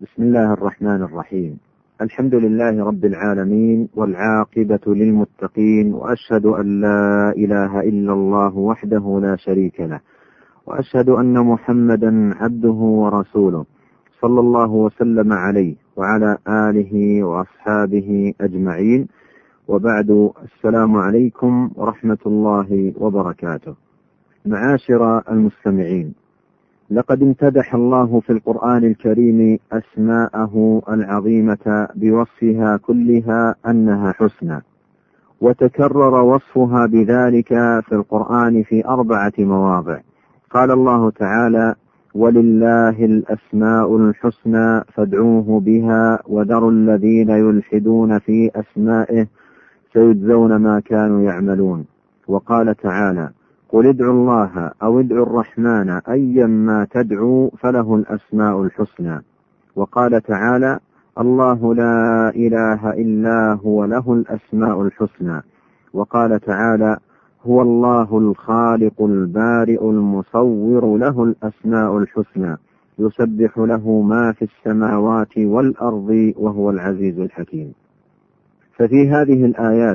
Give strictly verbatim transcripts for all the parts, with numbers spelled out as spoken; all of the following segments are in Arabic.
بسم الله الرحمن الرحيم. الحمد لله رب العالمين، والعاقبة للمتقين، وأشهد أن لا إله إلا الله وحده لا شريك له، وأشهد أن محمدا عبده ورسوله، صلى الله وسلم عليه وعلى آله وأصحابه أجمعين، وبعد. السلام عليكم ورحمة الله وبركاته. معاشر المستمعين، لقد امتدح الله في القرآن الكريم أسماءه العظيمة بوصفها كلها أنها حسنى، وتكرر وصفها بذلك في القرآن في أربعة مواضع. قال الله تعالى: ولله الأسماء الحسنى فادعوه بها وذروا الذين يلحدون في أسمائه سيجزون ما كانوا يعملون. وقال تعالى: قل ادعوا الله أو ادعوا الرحمن أيما تدعوا فله الأسماء الحسنى. وقال تعالى: الله لا إله إلا هو له الأسماء الحسنى. وقال تعالى: هو الله الخالق البارئ المصور له الأسماء الحسنى يسبح له ما في السماوات والأرض وهو العزيز الحكيم. ففي هذه الآيات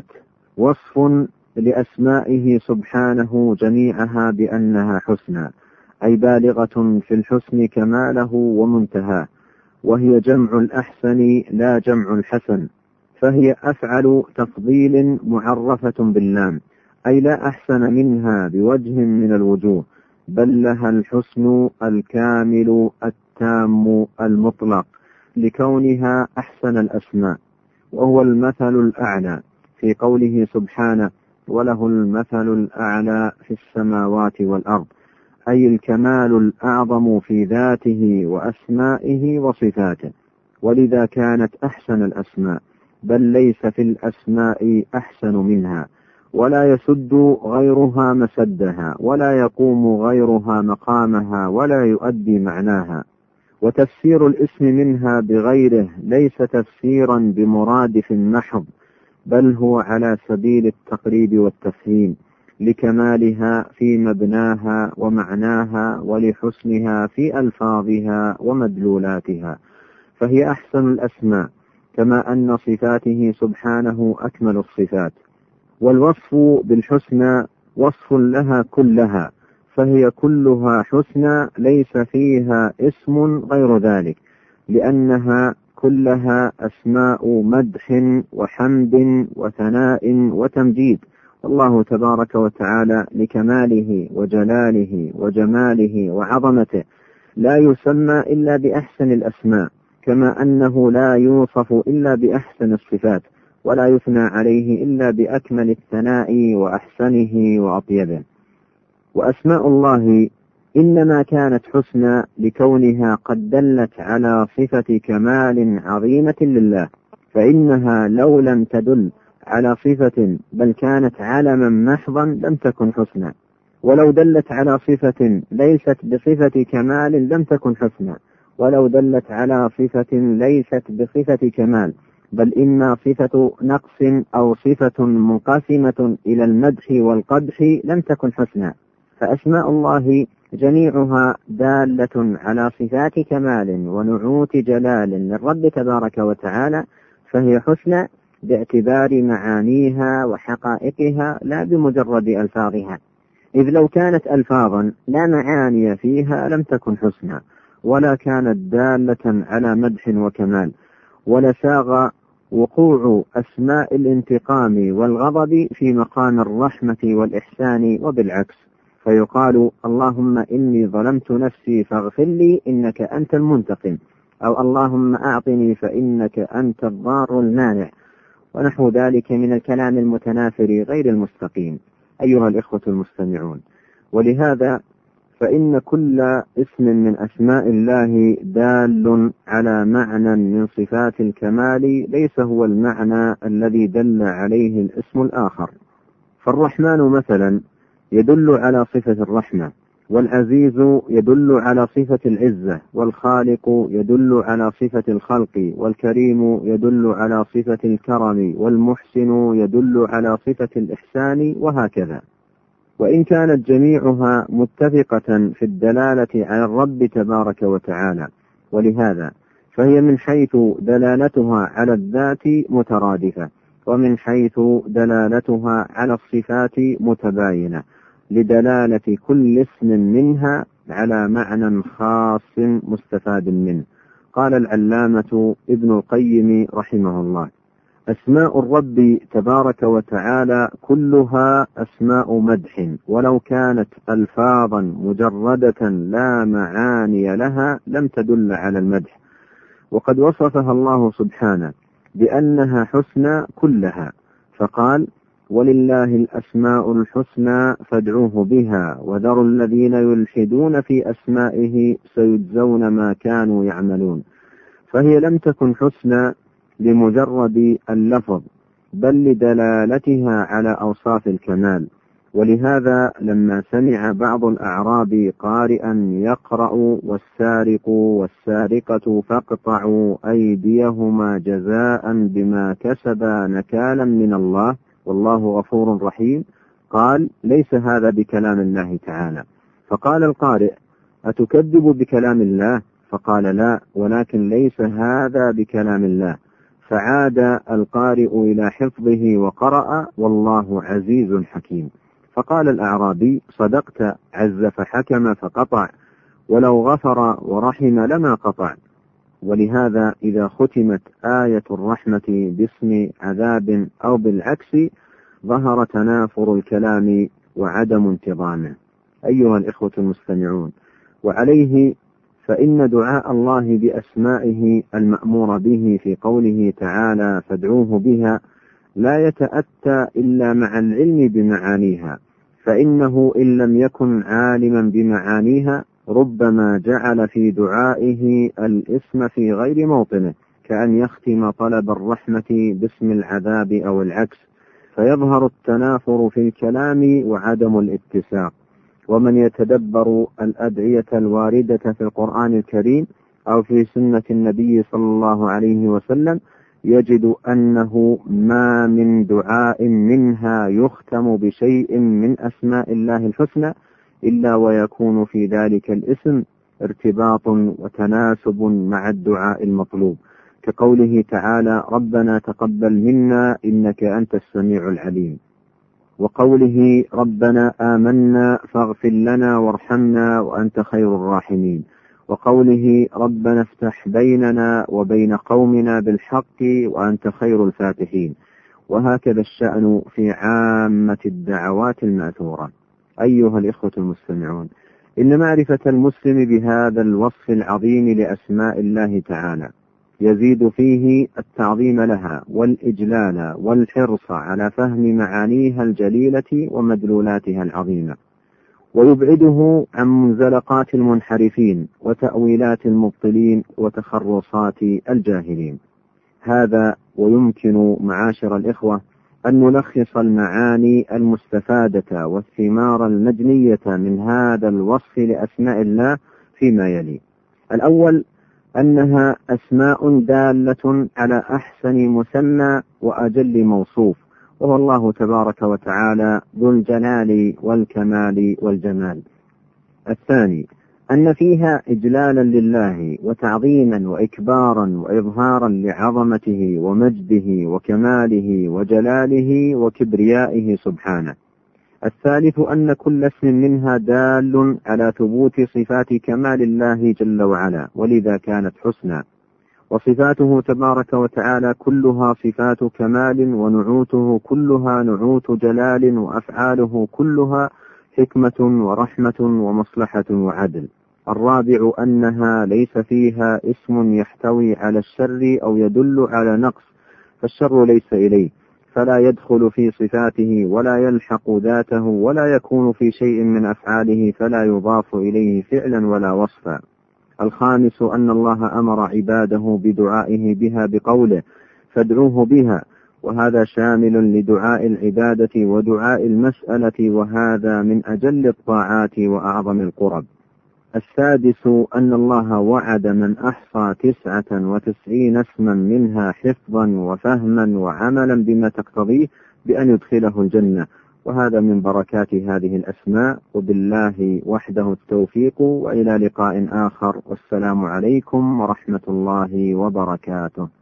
وصف لأسمائه سبحانه جميعها بأنها حسنى، أي بالغة في الحسن كماله ومنتهاه، وهي جمع الأحسن لا جمع الحسن، فهي أفعل تفضيل معرفة باللام، أي لا أحسن منها بوجه من الوجوه، بل لها الحسن الكامل التام المطلق لكونها أحسن الأسماء، وهو المثل الأعلى في قوله سبحانه: وله المثل الأعلى في السماوات والأرض، أي الكمال الأعظم في ذاته وأسمائه وصفاته، ولذا كانت أحسن الأسماء، بل ليس في الأسماء أحسن منها، ولا يسد غيرها مسدها، ولا يقوم غيرها مقامها، ولا يؤدي معناها. وتفسير الاسم منها بغيره ليس تفسيرا بمرادف محض، بل هو على سبيل التقريب والتفهيم، لكمالها في مبناها ومعناها، ولحسنها في ألفاظها ومدلولاتها، فهي أحسن الأسماء، كما أن صفاته سبحانه أكمل الصفات. والوصف بالحسنى وصف لها كلها، فهي كلها حسنى ليس فيها اسم غير ذلك، لأنها كلها أسماء مدح وحمد وثناء وتمجيد. الله تبارك وتعالى لكماله وجلاله وجماله وعظمته لا يسمى إلا بأحسن الأسماء، كما أنه لا يوصف إلا بأحسن الصفات، ولا يثنى عليه إلا بأكمل الثناء وأحسنه وأطيبه. وأسماء الله إنما كانت حسنى لكونها قد دلت على صفة كمال عظيمة لله، فإنها لو لم تدل على صفة بل كانت علما محضا لم تكن حسنى، ولو دلت على صفة ليست بصفة كمال لم تكن حسنى، ولو دلت على صفة ليست بصفة كمال بل إما صفة نقص أو صفة منقسمة إلى المدح والقدح لم تكن حسنى. فأسماء الله جميعها دالة على صفات كمال ونعوت جلال للرب تبارك وتعالى، فهي حسنى باعتبار معانيها وحقائقها لا بمجرد ألفاظها، إذ لو كانت ألفاظا لا معاني فيها لم تكن حسنى، ولا كانت دالة على مدح وكمال، ولساغ وقوع أسماء الانتقام والغضب في مقام الرحمة والإحسان، وبالعكس، فيقال: اللهم إني ظلمت نفسي فاغفر لي إنك أنت المنتقم، أو اللهم أعطني فإنك أنت الضار المانع، ونحو ذلك من الكلام المتنافر غير المستقيم. أيها الإخوة المستمعون، ولهذا فإن كل اسم من أسماء الله دال على معنى من صفات الكمال ليس هو المعنى الذي دل عليه الاسم الآخر. فالرحمن مثلا يدل على صفة الرحمة، والعزيز يدل على صفة العزة، والخالق يدل على صفة الخلق، والكريم يدل على صفة الكرم، والمحسن يدل على صفة الإحسان، وهكذا. وإن كانت جميعها متفقة في الدلالة على الرب تبارك وتعالى، ولهذا فهي من حيث دلالتها على الذات مترادفة، ومن حيث دلالتها على الصفات متباينة، لدلالة كل اسم منها على معنى خاص مستفاد منه. قال العلامة ابن القيم رحمه الله: أسماء الرب تبارك وتعالى كلها أسماء مدح، ولو كانت ألفاظا مجردة لا معاني لها لم تدل على المدح، وقد وصفها الله سبحانه بأنها حسنى كلها، فقال: ولله الأسماء الحسنى فادعوه بها وذروا الذين يلحدون في أسمائه سيجزون ما كانوا يعملون. فهي لم تكن حسنى لمجرد اللفظ، بل لدلالتها على أوصاف الكمال. ولهذا لما سمع بعض الأعراب قارئا يقرأ: والسارق والسارقة فاقطعوا أيديهما جزاء بما كسبا نكالا من الله والله غفور رحيم، قال: ليس هذا بكلام الله تعالى. فقال القارئ: أتكذب بكلام الله؟ فقال: لا، ولكن ليس هذا بكلام الله. فعاد القارئ إلى حفظه وقرأ: والله عزيز حكيم. فقال الأعرابي: صدقت، عز فحكم فقطع، ولو غفر ورحم لما قطع. ولهذا إذا ختمت آية الرحمة باسم عذاب أو بالعكس ظهر تنافر الكلام وعدم انتظامه. أيها الإخوة المستمعون، وعليه فإن دعاء الله بأسمائه المأمور به في قوله تعالى: فادعوه بها، لا يتأتى إلا مع العلم بمعانيها، فإنه إن لم يكن عالما بمعانيها ربما جعل في دعائه الاسم في غير موطنه، كأن يختم طلب الرحمة باسم العذاب أو العكس، فيظهر التنافر في الكلام وعدم الاتساق. ومن يتدبر الأدعية الواردة في القرآن الكريم أو في سنة النبي صلى الله عليه وسلم يجد أنه ما من دعاء منها يختم بشيء من أسماء الله الحسنى إلا ويكون في ذلك الاسم ارتباط وتناسب مع الدعاء المطلوب، كقوله تعالى: ربنا تقبل منا إنك أنت السميع العليم، وقوله: ربنا آمنا فاغفر لنا وارحمنا وأنت خير الراحمين، وقوله: ربنا افتح بيننا وبين قومنا بالحق وأنت خير الفاتحين. وهكذا الشأن في عامة الدعوات المأثورة. أيها الإخوة المستمعون، إن معرفة المسلم بهذا الوصف العظيم لأسماء الله تعالى يزيد فيه التعظيم لها والإجلال والحرص على فهم معانيها الجليلة ومدلولاتها العظيمة، ويبعده عن منزلقات المنحرفين وتأويلات المبطلين وتخرصات الجاهلين. هذا ويمكن معاشر الإخوة أن نلخص المعاني المستفادة والثمار المجنية من هذا الوصف لأسماء الله فيما يلي: الأول، أنها أسماء دالة على أحسن مسمى وأجل موصوف، وهو الله تبارك وتعالى ذو الجلال والكمال والجمال. الثاني، أن فيها إجلالا لله وتعظيما وإكبارا وإظهارا لعظمته ومجده وكماله وجلاله وكبريائه سبحانه. الثالث، أن كل اسم منها دال على ثبوت صفات كمال الله جل وعلا، ولذا كانت حسنى. وصفاته تبارك وتعالى كلها صفات كمال، ونعوته كلها نعوت جلال، وأفعاله كلها حكمة ورحمة ومصلحة وعدل. الرابع، أنها ليس فيها اسم يحتوي على الشر أو يدل على نقص، فالشر ليس إليه، فلا يدخل في صفاته ولا يلحق ذاته، ولا يكون في شيء من أفعاله فلا يضاف إليه فعلا ولا وصفا. الخامس، أن الله أمر عباده بدعائه بها بقوله: فادعوه بها، وهذا شامل لدعاء العبادة ودعاء المسألة، وهذا من أجل الطاعات وأعظم القرب. السادس، أن الله وعد من أحصى تسعة وتسعين اسما منها حفظا وفهما وعملا بما تقتضيه بأن يدخله الجنة، وهذا من بركات هذه الأسماء، وبالله وحده التوفيق، وإلى لقاء آخر، والسلام عليكم ورحمة الله وبركاته.